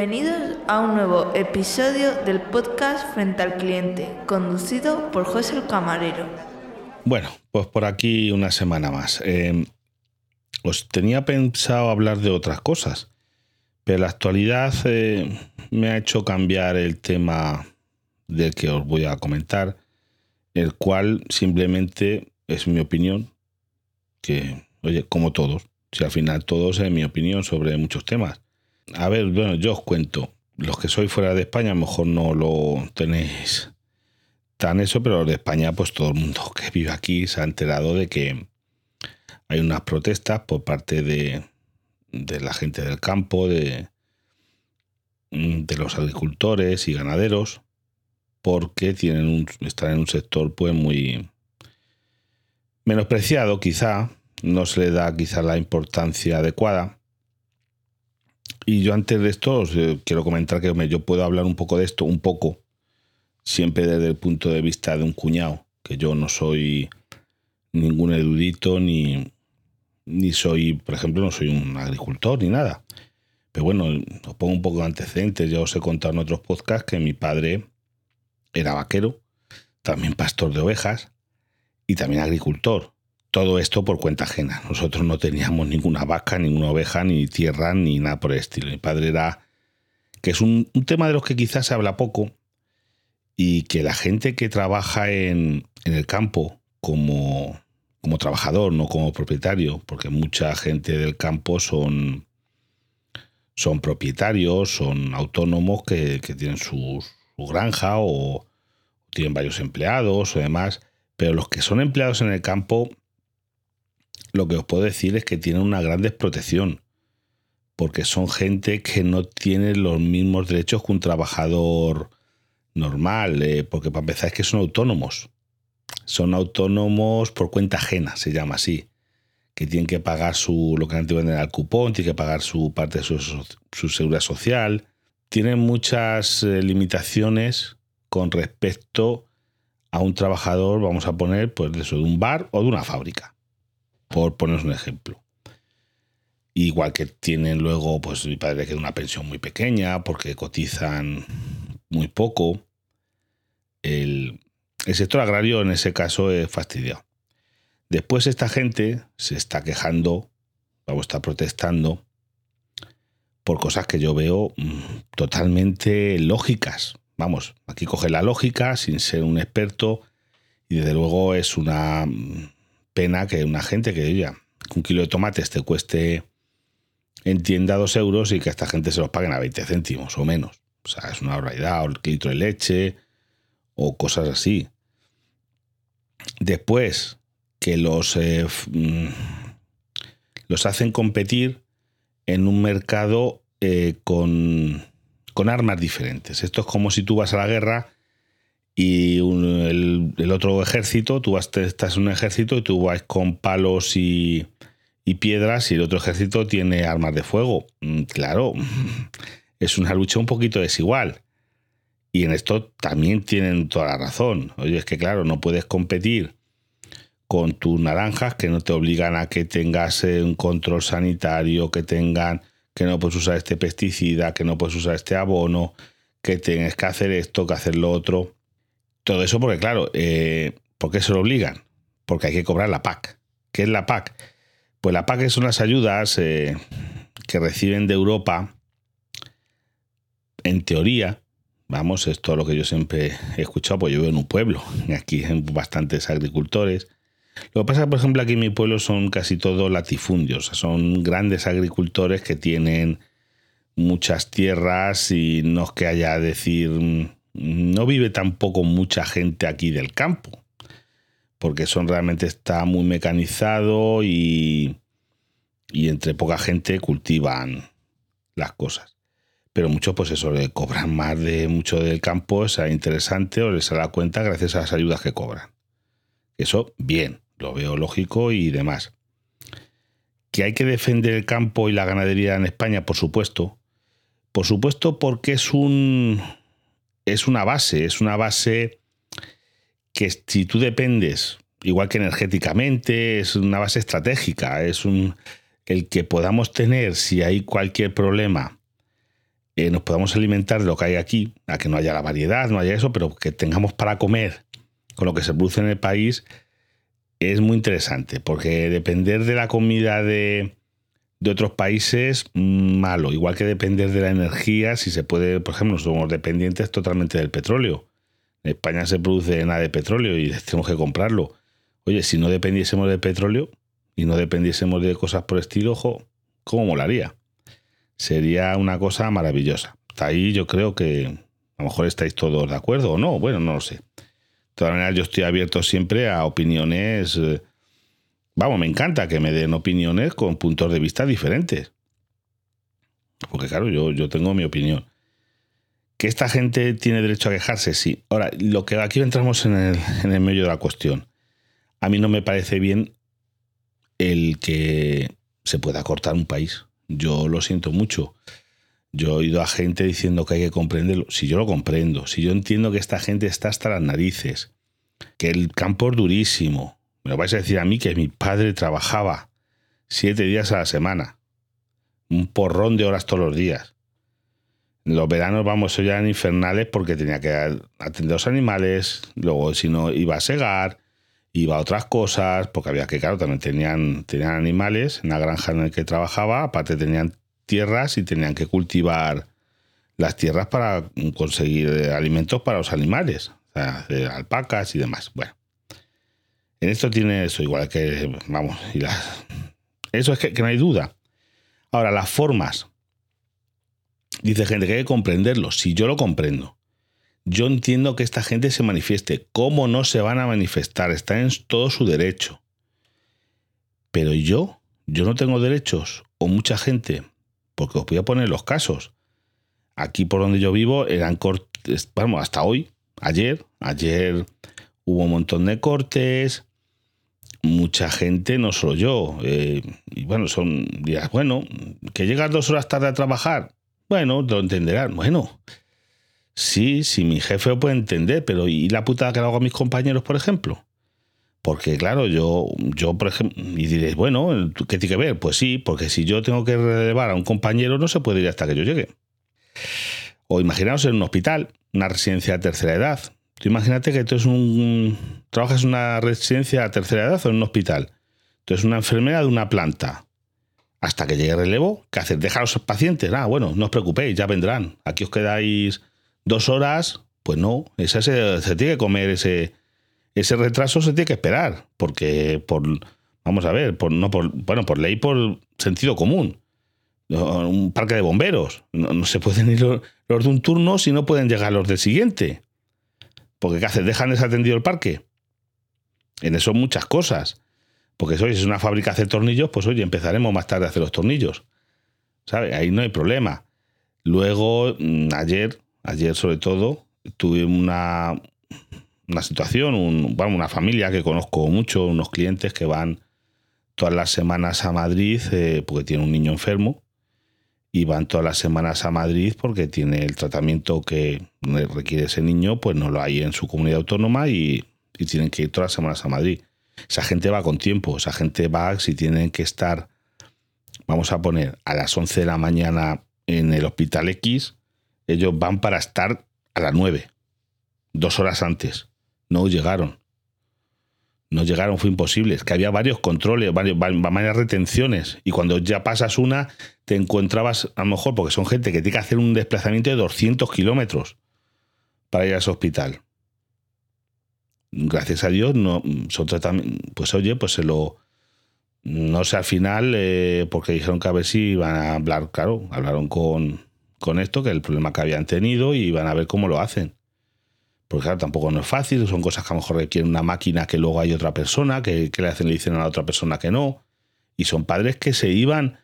Bienvenidos a un nuevo episodio del podcast Frente al Cliente, conducido por José el Camarero. Bueno, pues por aquí una semana más. Os tenía pensado hablar de otras cosas, pero la actualidad me ha hecho cambiar el tema del que os voy a comentar, el cual simplemente es mi opinión, que, oye, como todos, si al final todos es mi opinión sobre muchos temas. A ver, bueno, yo os cuento. Los que sois fuera de España a lo mejor no lo tenéis tan eso, pero los de España, pues todo el mundo que vive aquí se ha enterado de que hay unas protestas por parte de la gente del campo, de los agricultores y ganaderos, porque están en un sector pues muy menospreciado quizá, no se le da quizá la importancia adecuada. Y yo antes de esto os quiero comentar que yo puedo hablar un poco de esto, un poco, siempre desde el punto de vista de un cuñado, que yo no soy ningún erudito ni soy, por ejemplo, no soy un agricultor ni nada. Pero bueno, os pongo un poco de antecedentes. Ya os he contado en otros podcasts que mi padre era vaquero, también pastor de ovejas y también agricultor. Todo esto por cuenta ajena. Nosotros no teníamos ninguna vaca, ninguna oveja, ni tierra, ni nada por el estilo. Mi padre que es un tema de los que quizás se habla poco, y que la gente que trabaja en el campo como trabajador, no como propietario, porque mucha gente del campo son propietarios, son autónomos que tienen su granja o tienen varios empleados o demás, pero los que son empleados en el campo, lo que os puedo decir es que tienen una gran desprotección, porque son gente que no tiene los mismos derechos que un trabajador normal, porque para empezar es que son autónomos. Son autónomos por cuenta ajena, se llama así. Que tienen que pagar lo que antes venden al cupón, tienen que pagar su parte de su seguridad social. Tienen muchas limitaciones con respecto a un trabajador, vamos a poner, pues de un bar o de una fábrica, por poneros un ejemplo. Igual que tienen luego, pues mi padre que una pensión muy pequeña porque cotizan muy poco. El sector agrario en ese caso es fastidiado. Después esta gente se está quejando, está protestando por cosas que yo veo totalmente lógicas. Vamos, aquí coge la lógica sin ser un experto, y desde luego es una pena que una gente que diga que un kilo de tomates te cueste en tienda 2 euros y que esta gente se los paguen a 20 céntimos o menos. O sea, es una barbaridad. O el litro de leche o cosas así. Después que los hacen competir en un mercado con armas diferentes. Esto es como si tú vas a la guerra y el otro ejército, estás en un ejército y tú vas con palos y piedras, y el otro ejército tiene armas de fuego. Claro, es una lucha un poquito desigual. Y en esto también tienen toda la razón. Oye, es que claro, no puedes competir con tus naranjas, que no te obligan a que tengas un control sanitario, que no puedes usar este pesticida, que no puedes usar este abono, que tienes que hacer esto, que hacer lo otro. Todo eso porque, claro, ¿por qué se lo obligan? Porque hay que cobrar la PAC. ¿Qué es la PAC? Pues la PAC son las ayudas que reciben de Europa, en teoría. Vamos, esto es lo que yo siempre he escuchado, pues yo vivo en un pueblo, y aquí hay bastantes agricultores. Lo que pasa es que, por ejemplo, aquí en mi pueblo son casi todos latifundios, o sea, son grandes agricultores que tienen muchas tierras, y no es que haya no vive tampoco mucha gente aquí del campo, porque realmente está muy mecanizado y entre poca gente cultivan las cosas. Pero muchos, pues eso, le cobran más de mucho del campo, o sea, interesante, o les da cuenta gracias a las ayudas que cobran. Eso, bien, lo veo lógico y demás. Que hay que defender el campo y la ganadería en España, por supuesto. Por supuesto, porque es una base que si tú dependes, igual que energéticamente, es una base estratégica, el que podamos tener, si hay cualquier problema, nos podamos alimentar de lo que hay aquí, a que no haya la variedad, no haya eso, pero que tengamos para comer con lo que se produce en el país, es muy interesante, porque depender de la comida de otros países, malo. Igual que depender de la energía, si se puede, por ejemplo, somos dependientes totalmente del petróleo. En España se produce nada de petróleo y tenemos que comprarlo. Oye, si no dependiésemos del petróleo y no dependiésemos de cosas por estilo, ojo, ¿cómo molaría? Sería una cosa maravillosa. Hasta ahí yo creo que a lo mejor estáis todos de acuerdo o no. Bueno, no lo sé. De todas maneras, yo estoy abierto siempre a opiniones. Vamos, me encanta que me den opiniones con puntos de vista diferentes. Porque claro, yo tengo mi opinión. ¿Que esta gente tiene derecho a quejarse? Sí. Ahora, lo que aquí entramos en el meollo de la cuestión. A mí no me parece bien el que se pueda cortar un país. Yo lo siento mucho. Yo he oído a gente diciendo que hay que comprenderlo. Si yo lo comprendo, si yo entiendo que esta gente está hasta las narices, que el campo es durísimo. Me lo vais a decir a mí que mi padre trabajaba 7 días a la semana. Un porrón de horas todos los días. En los veranos, vamos, eso ya eran infernales porque tenía que atender a los animales. Luego, si no, iba a segar, iba a otras cosas, porque había que, claro, también tenían animales en la granja en la que trabajaba. Aparte tenían tierras y tenían que cultivar las tierras para conseguir alimentos para los animales. O sea, alpacas y demás. Bueno. En esto tiene eso, igual que, vamos, eso es que no hay duda. Ahora, las formas. Dice gente que hay que comprenderlo. Si yo lo comprendo. Yo entiendo que esta gente se manifieste. ¿Cómo no se van a manifestar? Está en todo su derecho. Pero yo no tengo derechos. O mucha gente. Porque os voy a poner los casos. Aquí por donde yo vivo eran cortes, vamos, hasta hoy. Ayer hubo un montón de cortes. Mucha gente, no solo yo. Y bueno, son días, bueno, que llegas 2 horas tarde a trabajar. Bueno, lo entenderán. Bueno, sí, mi jefe lo puede entender, pero ¿y la putada que le hago a mis compañeros, por ejemplo? Porque, claro, yo por ejemplo, y diréis, bueno, ¿qué tiene que ver? Pues sí, porque si yo tengo que relevar a un compañero, no se puede ir hasta que yo llegue. O imaginaos en un hospital, una residencia de tercera edad. Tú imagínate que tú trabajas en una residencia de tercera edad o en un hospital. Tú eres una enfermera de una planta. Hasta que llegue relevo, ¿qué haces? ¿Dejar a los pacientes? Bueno, no os preocupéis, ya vendrán. Aquí os quedáis 2 horas. Pues no, se tiene que comer ese retraso, se tiene que esperar. Porque vamos a ver, por ley, por sentido común. Un parque de bomberos. No se pueden ir los de un turno si no pueden llegar los del siguiente. Porque ¿qué haces? ¿Dejan desatendido el parque? En eso muchas cosas. Porque si es una fábrica de hacer tornillos, pues oye, empezaremos más tarde a hacer los tornillos. ¿Sabes? Ahí no hay problema. Luego, ayer sobre todo, tuve una situación, una familia que conozco mucho, unos clientes que van todas las semanas a Madrid porque tiene un niño enfermo. Y van todas las semanas a Madrid porque tiene el tratamiento que requiere ese niño, pues no lo hay en su comunidad autónoma y tienen que ir todas las semanas a Madrid. Esa gente va con tiempo, esa gente va, si tienen que estar, vamos a poner, a las 11 de la mañana en el Hospital X, ellos van para estar a las 9, 2 horas antes. No llegaron, fue imposible. Es que había varios controles, varias retenciones. Y cuando ya pasas una, te encontrabas, a lo mejor, porque son gente que tiene que hacer un desplazamiento de 200 kilómetros para ir a ese hospital. Gracias a Dios, no son tratamientos. Pues oye, pues no sé al final, porque dijeron que a ver si iban a hablar, claro, hablaron con esto, que el problema que habían tenido, y iban a ver cómo lo hacen. Porque claro, tampoco no es fácil, son cosas que a lo mejor requieren una máquina que luego hay otra persona, que le dicen a la otra persona que no. Y son padres que se iban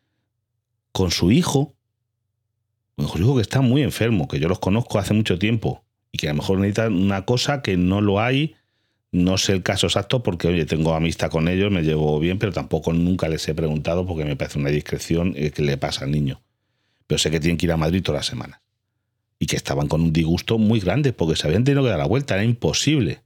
con su hijo, que está muy enfermo, que yo los conozco hace mucho tiempo, y que a lo mejor necesitan una cosa que no lo hay. No sé el caso exacto porque, oye, tengo amistad con ellos, me llevo bien, pero tampoco nunca les he preguntado porque me parece una discreción que le pasa al niño. Pero sé que tienen que ir a Madrid todas las semanas. Y que estaban con un disgusto muy grande porque se habían tenido que dar la vuelta, era imposible.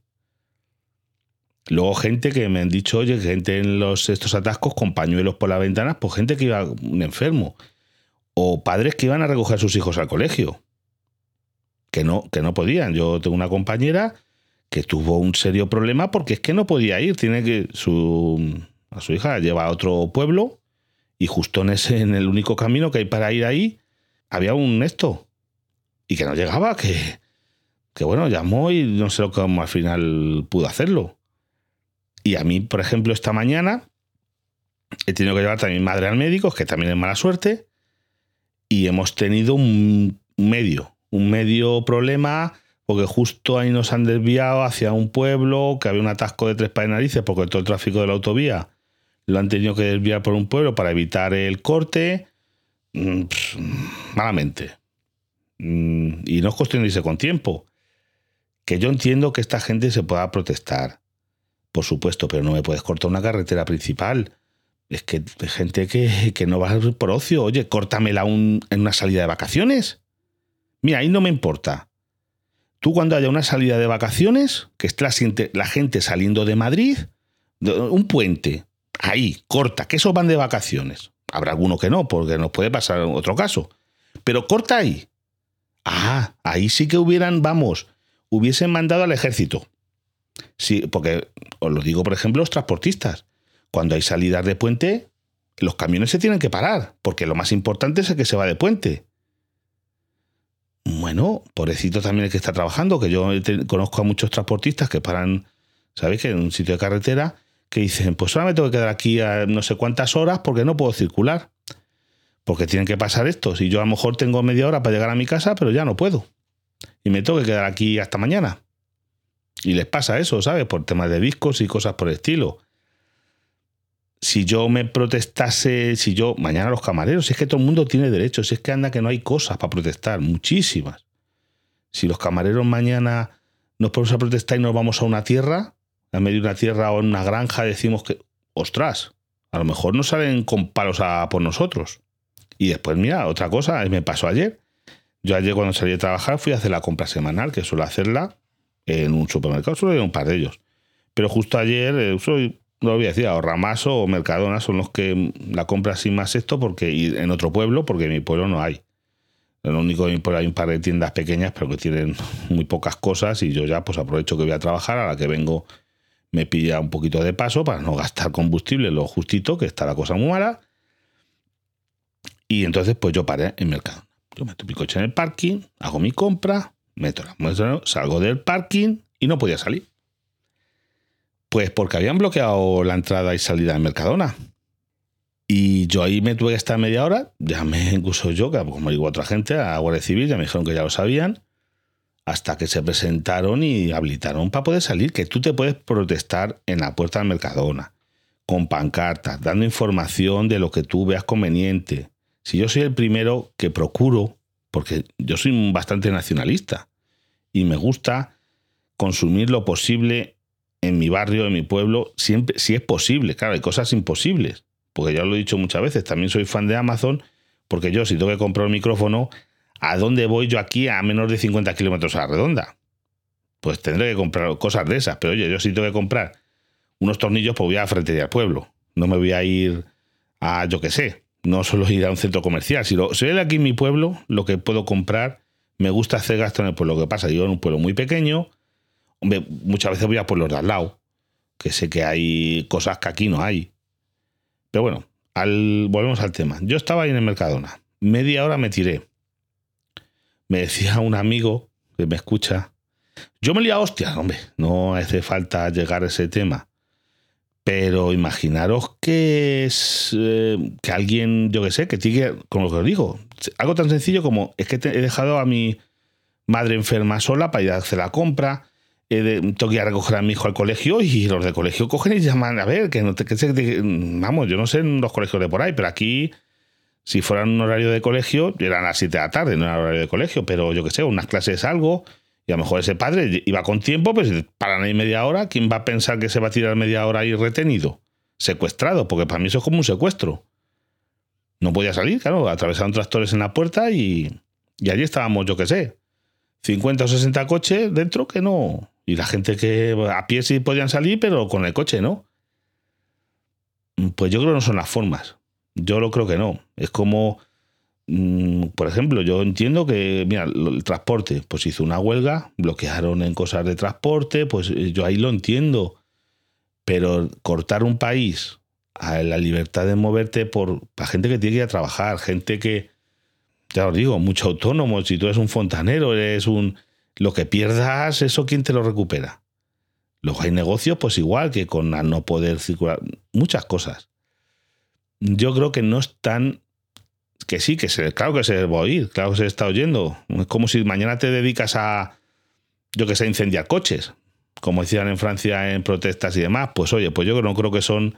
Luego gente que me han dicho, oye, gente en estos atascos con pañuelos por las ventanas, pues gente que iba un enfermo. O padres que iban a recoger a sus hijos al colegio, que no podían. Yo tengo una compañera que tuvo un serio problema porque es que no podía ir. Tiene que a su hija la lleva a otro pueblo y justo en el único camino que hay para ir ahí había un esto y que no llegaba, que bueno, llamó y no sé cómo al final pudo hacerlo. Y a mí, por ejemplo, esta mañana he tenido que llevar también a mi madre al médico, que también es mala suerte, y hemos tenido un medio problema, porque justo ahí nos han desviado hacia un pueblo que había un atasco de 3 pares de narices, porque todo el tráfico de la autovía lo han tenido que desviar por un pueblo para evitar el corte. Malamente. Y no es cuestión de irse con tiempo. Que yo entiendo que esta gente se pueda protestar, por supuesto, pero no me puedes cortar una carretera principal. Es que hay gente que no va a ir por ocio. Oye, córtamela en una salida de vacaciones. Mira, ahí no me importa. Tú cuando haya una salida de vacaciones, que esté la gente saliendo de Madrid, un puente, ahí, corta, que esos van de vacaciones. Habrá alguno que no, porque nos puede pasar otro caso. Pero corta ahí. Ah, ahí sí que hubiesen mandado al ejército. Sí, porque os lo digo, por ejemplo, los transportistas. Cuando hay salidas de puente, los camiones se tienen que parar, porque lo más importante es el que se va de puente. Bueno, pobrecito también el que está trabajando, que yo conozco a muchos transportistas que paran, ¿sabéis? Que en un sitio de carretera, que dicen, pues ahora me tengo que quedar aquí a no sé cuántas horas porque no puedo circular. Porque tienen que pasar esto. Si yo a lo mejor tengo media hora para llegar a mi casa, pero ya no puedo. Y me tengo que quedar aquí hasta mañana. Y les pasa eso, ¿sabes? Por temas de discos y cosas por el estilo. Si yo me protestase, mañana los camareros, si es que todo el mundo tiene derechos, si es que anda que no hay cosas para protestar, muchísimas. Si los camareros mañana nos ponemos a protestar y nos vamos a una tierra, a medio de una tierra o en una granja, decimos que, ostras, a lo mejor nos salen con palos por nosotros. Y después, mira, otra cosa, me pasó ayer. Yo ayer cuando salí de trabajar fui a hacer la compra semanal, que suelo hacerla en un supermercado, suelo ir a un par de ellos. Pero justo ayer, no lo voy a decir, Ahorramaso o Mercadona son los que la compra así más esto, porque en otro pueblo, porque en mi pueblo no hay. Lo único que en mi pueblo hay un par de tiendas pequeñas, pero que tienen muy pocas cosas y yo ya pues aprovecho que voy a trabajar, a la que vengo me pilla un poquito de paso para no gastar combustible lo justito, que está la cosa muy mala. Y entonces pues yo paré en Mercadona. Yo meto mi coche en el parking, hago mi compra, salgo del parking y no podía salir. Pues porque habían bloqueado la entrada y salida de Mercadona. Y yo ahí me tuve que estar media hora, llamé incluso yo, como digo a otra gente, a Guardia Civil, ya me dijeron que ya lo sabían, hasta que se presentaron y habilitaron para poder salir, que tú te puedes protestar en la puerta del Mercadona, con pancartas, dando información de lo que tú veas conveniente. Si yo soy el primero que procuro, porque yo soy bastante nacionalista y me gusta consumir lo posible en mi barrio, en mi pueblo, siempre, si es posible. Claro, hay cosas imposibles, porque ya lo he dicho muchas veces, también soy fan de Amazon, porque yo si tengo que comprar un micrófono, ¿a dónde voy yo aquí a menos de 50 kilómetros a la redonda? Pues tendré que comprar cosas de esas, pero oye, yo si tengo que comprar unos tornillos, pues voy a la Ferretería del Pueblo. No me voy a ir a, yo qué sé, no solo ir a un centro comercial. Si soy aquí en mi pueblo, lo que puedo comprar, me gusta hacer gasto en el pueblo. Lo que pasa, yo en un pueblo muy pequeño, hombre, muchas veces voy a pueblos de al lado, que sé que hay cosas que aquí no hay. Pero bueno, volvemos al tema. Yo estaba ahí en el Mercadona. Media hora me tiré. Me decía un amigo que me escucha, yo me lía hostia, hombre, no hace falta llegar a ese tema. Pero imaginaros que es que alguien, yo qué sé, que tiene, como lo que os digo, algo tan sencillo como es que he dejado a mi madre enferma sola para ir a hacer la compra, tengo que ir a recoger a mi hijo al colegio y los de colegio cogen y llaman, a ver, vamos, yo no sé en los colegios de por ahí, pero aquí, si fueran un horario de colegio, eran a las 7 de la tarde, no era horario de colegio, pero yo qué sé, unas clases algo. Y a lo mejor ese padre iba con tiempo, pues paran ahí media hora. ¿Quién va a pensar que se va a tirar media hora ahí retenido? Secuestrado, porque para mí eso es como un secuestro. No podía salir, claro, atravesaron tractores en la puerta y allí estábamos, yo qué sé, 50 o 60 coches dentro que no. Y la gente que a pie sí podían salir, pero con el coche no. Pues yo creo que no son las formas. Yo lo creo que no. Es como por ejemplo, yo entiendo que, mira, el transporte, pues hizo una huelga, bloquearon en cosas de transporte, pues yo ahí lo entiendo. Pero cortar un país a la libertad de moverte para gente que tiene que ir a trabajar, gente que, ya os digo, mucho autónomo, si tú eres un fontanero, lo que pierdas, ¿eso quién te lo recupera? Luego hay negocios, pues igual que con no poder circular, muchas cosas. Yo creo que no es tan... Que sí, claro que se va a oír, claro que se está oyendo. Es como si mañana te dedicas a, yo que sé, incendiar coches, como decían en Francia en protestas y demás. Pues oye, pues yo no creo que son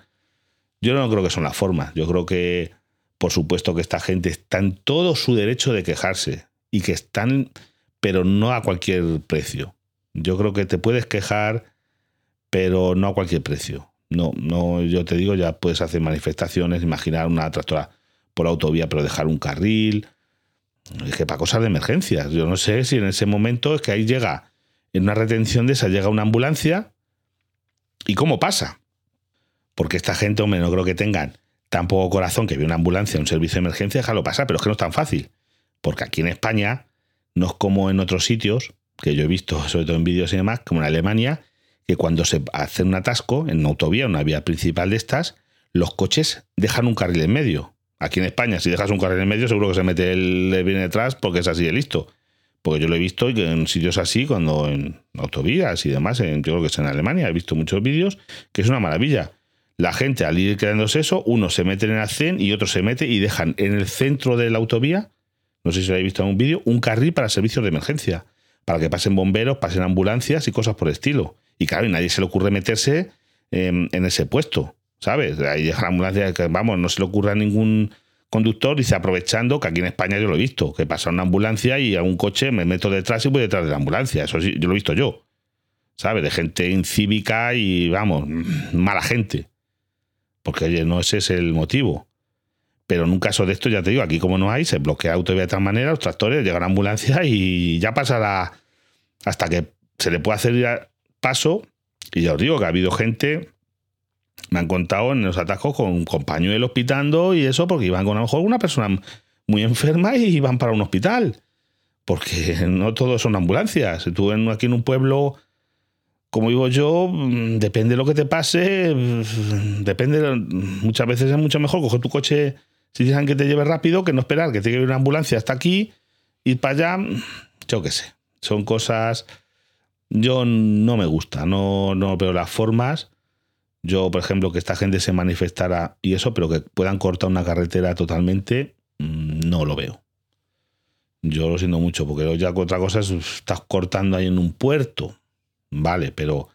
las formas. Yo creo que, por supuesto, que esta gente está en todo su derecho de quejarse y que están, pero no a cualquier precio. Yo creo que te puedes quejar, pero no a cualquier precio. No, yo te digo, ya puedes hacer manifestaciones, imaginar una tractora por autovía, pero dejar un carril. Es que para cosas de emergencias. Yo no sé si en ese momento es que ahí llega, en una retención de esa, llega una ambulancia. ¿Y cómo pasa? Porque esta gente, hombre, no creo que tengan tan poco corazón que ve una ambulancia, un servicio de emergencia, déjalo pasar, pero es que no es tan fácil. Porque aquí en España no es como en otros sitios, que yo he visto, sobre todo en vídeos y demás, como en Alemania, que cuando se hace un atasco en una autovía, una vía principal de estas, los coches dejan un carril en medio. Aquí en España, si dejas un carril en medio, seguro que se mete el viene detrás porque es así de listo. Porque yo lo he visto en sitios así, cuando en autovías y demás, yo creo que es en Alemania, he visto muchos vídeos, que es una maravilla. La gente, al ir quedándose eso, uno se mete en el arcén y otro se mete y dejan en el centro de la autovía, no sé si lo habéis visto en un vídeo, un carril para servicios de emergencia, para que pasen bomberos, pasen ambulancias y cosas por el estilo. Y claro, y nadie se le ocurre meterse en ese puesto, ¿sabes? Ahí deja la ambulancia, que vamos, no se le ocurre a ningún conductor, dice, aprovechando que aquí en España yo lo he visto, que pasa una ambulancia y a un coche me meto detrás y voy detrás de la ambulancia. Eso sí, yo lo he visto yo, ¿sabes? De gente incívica y, vamos, mala gente. Porque, oye, no ese es el motivo. Pero en un caso de esto, ya te digo, aquí como no hay, se bloquea la autovía de tal manera, los tractores, llega la ambulancia y ya pasará hasta que se le pueda hacer paso. Y ya os digo que ha habido gente, me han contado en los atascos con pañuelos pitando y eso, porque iban con a lo mejor una persona muy enferma y iban para un hospital. Porque no todos son ambulancias. Si tú aquí en un pueblo, como digo yo, depende de lo que te pase, muchas veces es mucho mejor coger tu coche, si dicen que te lleve rápido, que no esperar que te lleve una ambulancia hasta aquí, ir para allá, yo qué sé. Son cosas, yo no me gusta, no veo las formas. Yo, por ejemplo, que esta gente se manifestara y eso, pero que puedan cortar una carretera totalmente, no lo veo. Yo lo siento mucho, porque ya otra cosa es, estás cortando ahí en un puerto, vale, pero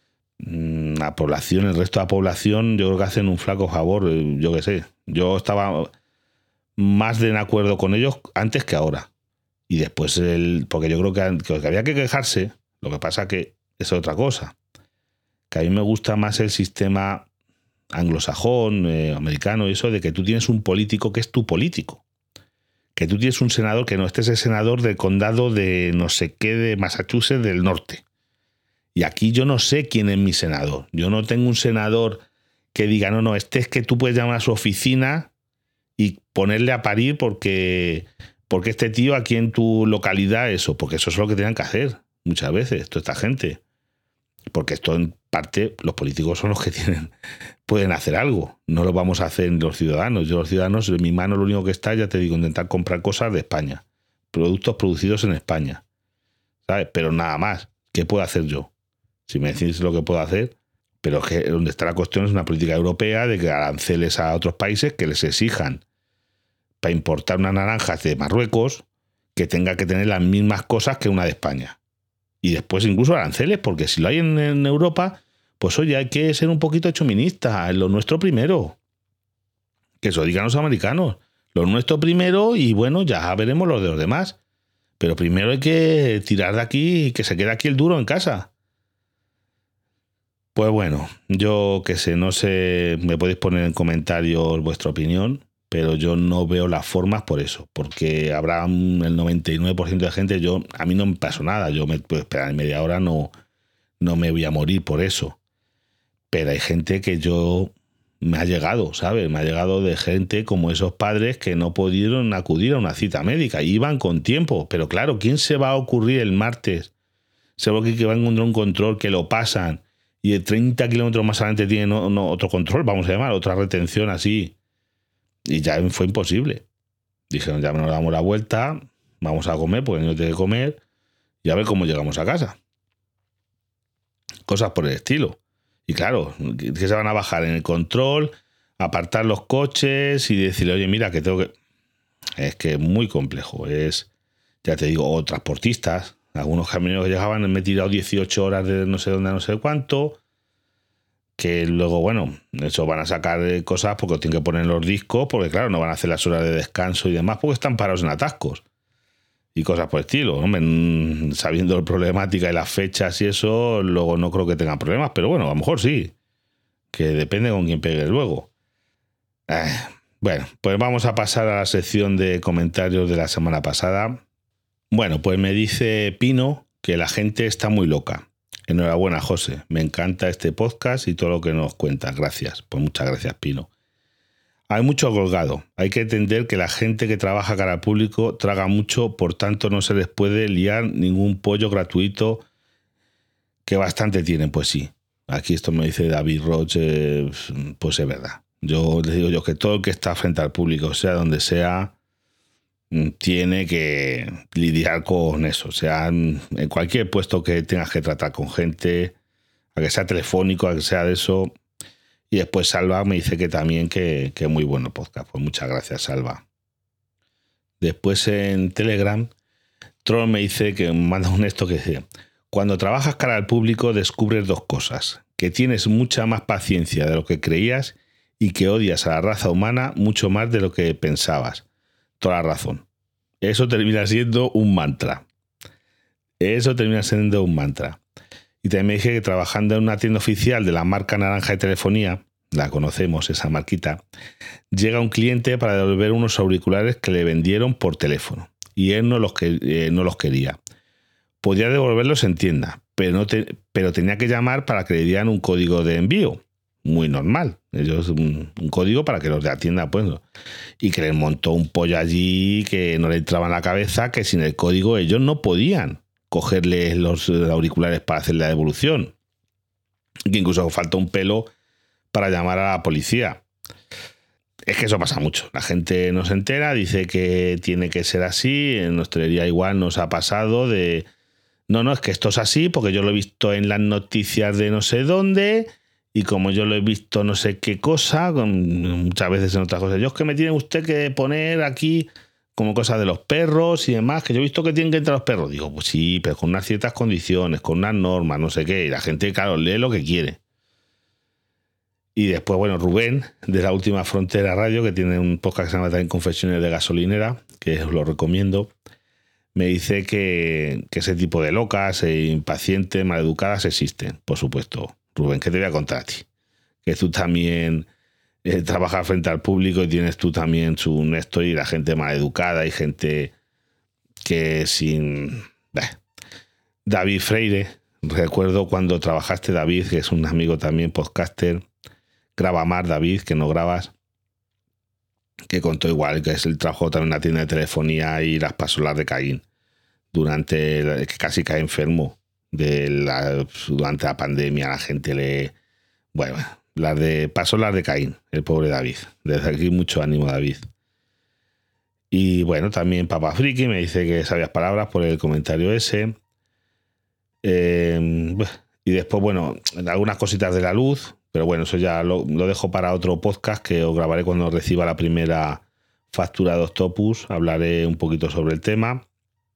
la población, el resto de la población, yo creo que hacen un flaco favor, yo qué sé. Yo estaba más de en acuerdo con ellos antes que ahora. Y después, porque yo creo que había que quejarse, lo que pasa que es otra cosa. Que a mí me gusta más el sistema anglosajón, americano, eso de que tú tienes un político que es tu político. Que tú tienes un senador que no, este es el senador del condado de no sé qué, de Massachusetts del norte. Y aquí yo no sé quién es mi senador. Yo no tengo un senador que diga, no, este es que tú puedes llamar a su oficina y ponerle a parir porque este tío aquí en tu localidad, eso, porque eso es lo que tienen que hacer muchas veces, toda esta gente. Porque esto en parte los políticos son los que pueden hacer algo. No lo vamos a hacer los ciudadanos. Yo los ciudadanos, en mi mano lo único que está, ya te digo, intentar comprar cosas de España. Productos producidos en España. ¿Sabes? Pero nada más. ¿Qué puedo hacer yo? Si me decís lo que puedo hacer. Pero es que donde está la cuestión es una política europea de que aranceles a otros países que les exijan para importar unas naranjas de Marruecos que tenga que tener las mismas cosas que una de España. Y después incluso aranceles, porque si lo hay en Europa, pues oye, hay que ser un poquito chuminista, lo nuestro primero. Que eso digan los americanos. Lo nuestro primero y bueno, ya veremos los de los demás. Pero primero hay que tirar de aquí y que se quede aquí el duro en casa. Pues bueno, yo qué sé, no sé, me podéis poner en comentarios vuestra opinión, pero yo no veo las formas por eso, porque habrá el 99% de gente, a mí no me pasó nada, yo me puedo esperar media hora, no me voy a morir por eso. Pero hay gente que yo me ha llegado, ¿sabes? Me ha llegado de gente como esos padres que no pudieron acudir a una cita médica. Iban con tiempo, pero claro, ¿quién se va a ocurrir el martes? Seguro que va a encontrar un control que lo pasan y de 30 kilómetros más adelante tienen otro control, vamos a llamar, otra retención así. Y ya fue imposible. Dijeron, ya nos damos la vuelta, vamos a comer porque no tiene que comer y a ver cómo llegamos a casa. Cosas por el estilo. Y claro, que se van a bajar en el control, apartar los coches y decirle, oye, mira, que tengo que... Es que es muy complejo. Es, ya te digo, o transportistas. Algunos camioneros llegaban, me he tirado 18 horas de no sé dónde, no sé cuánto, que luego, bueno, eso van a sacar cosas porque tienen que poner los discos, porque claro, no van a hacer las horas de descanso y demás, porque están parados en atascos. Y cosas por el estilo. Hombre, sabiendo la problemática y las fechas y eso, luego no creo que tengan problemas, pero bueno, a lo mejor sí. Que depende con quién pegue luego. Bueno, pues vamos a pasar a la sección de comentarios de la semana pasada. Bueno, pues me dice Pino que la gente está muy loca. Enhorabuena, José. Me encanta este podcast y todo lo que nos cuentas. Gracias. Pues muchas gracias, Pino. Hay mucho colgado. Hay que entender que la gente que trabaja cara al público traga mucho, por tanto no se les puede liar ningún pollo gratuito, que bastante tienen. Pues sí. Aquí esto me dice David Roche, pues es verdad. Yo les digo que todo el que está frente al público, sea donde sea, tiene que lidiar con eso. O sea, en cualquier puesto que tengas que tratar con gente, a que sea telefónico, a que sea de eso. Y después Salva me dice que también que es muy bueno el podcast. Pues muchas gracias, Salva. Después en Telegram, Troll me dice que me manda un esto que dice: cuando trabajas cara al público descubres dos cosas, que tienes mucha más paciencia de lo que creías y que odias a la raza humana mucho más de lo que pensabas. Toda la razón. Eso termina siendo un mantra. Y también me dije que trabajando en una tienda oficial de la marca naranja de telefonía, la conocemos, esa marquita, llega un cliente para devolver unos auriculares que le vendieron por teléfono y él no los quería. Podía devolverlos en tienda, pero tenía que llamar para que le dieran un código de envío. Muy normal. Ellos un código para que los de la tienda, pues, ¿no? Y que les montó un pollo allí que no le entraba en la cabeza, que sin el código ellos no podían cogerle los auriculares para hacer la devolución. Que incluso falta un pelo para llamar a la policía. Es que eso pasa mucho. La gente no se entera, dice que tiene que ser así. En hostelería igual nos ha pasado de... No, es que esto es así porque yo lo he visto en las noticias de no sé dónde y como yo lo he visto no sé qué cosa, muchas veces en otras cosas. Yo es que me tiene usted que poner aquí... como cosas de los perros y demás, que yo he visto que tienen que entrar los perros. Digo, pues sí, pero con unas ciertas condiciones, con unas normas, no sé qué. Y la gente, claro, lee lo que quiere. Y después, bueno, Rubén, de La Última Frontera Radio, que tiene un podcast que se llama también Confesiones de Gasolinera, que os lo recomiendo, me dice que ese tipo de locas e impacientes, maleducadas existen. Por supuesto, Rubén, ¿qué te voy a contar a ti? Que tú también... trabajar frente al público y tienes tú también esto y la gente mal educada y gente que sin... David Freire, recuerdo cuando trabajaste, David, que es un amigo también podcaster, graba más, David, que no grabas, que contó igual, que es el trabajo también en una tienda de telefonía y las pasolas de Caín, que casi cae enfermo durante la pandemia, la gente le... Bueno, las de Caín, el pobre David. Desde aquí mucho ánimo, David. Y bueno, también Papa Friki me dice que sabias palabras por el comentario ese. Y después, bueno, algunas cositas de la luz, pero bueno, eso ya lo dejo para otro podcast que os grabaré cuando reciba la primera factura de Octopus. Hablaré un poquito sobre el tema.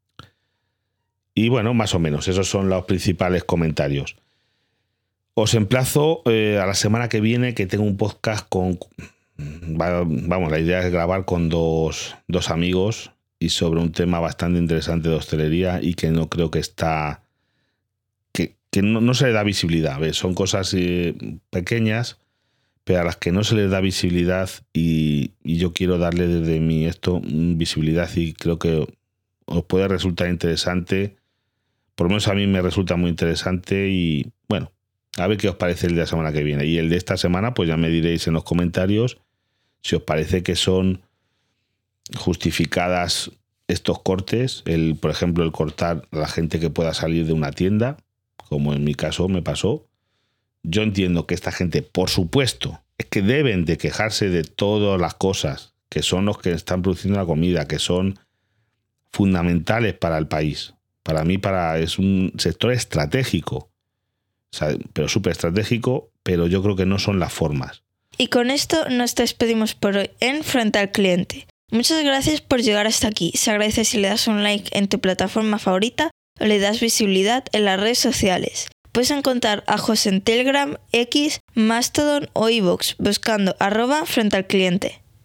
Y bueno, más o menos, esos son los principales comentarios. Os emplazo a la semana que viene, que tengo un podcast con... Vamos, la idea es grabar con dos amigos y sobre un tema bastante interesante de hostelería y que no creo que está... que no se le da visibilidad. ¿Ves? Son cosas pequeñas, pero a las que no se les da visibilidad y yo quiero darle desde mí visibilidad y creo que os puede resultar interesante. Por lo menos a mí me resulta muy interesante y bueno, A ver qué os parece el de la semana que viene. Y el de esta semana, pues ya me diréis en los comentarios si os parece que son justificadas estos cortes. Por ejemplo, el cortar a la gente que pueda salir de una tienda, como en mi caso me pasó. Yo entiendo que esta gente, por supuesto, es que deben de quejarse de todas las cosas, que son los que están produciendo la comida, que son fundamentales para el país. Para mí es un sector estratégico, o sea, pero súper estratégico, pero yo creo que no son las formas. Y con esto nos despedimos por hoy en Frente al Cliente. Muchas gracias por llegar hasta aquí. Se agradece si le das un like en tu plataforma favorita o le das visibilidad en las redes sociales. Puedes encontrar a José en Telegram, X, Mastodon o iVoox buscando @Frente al Cliente.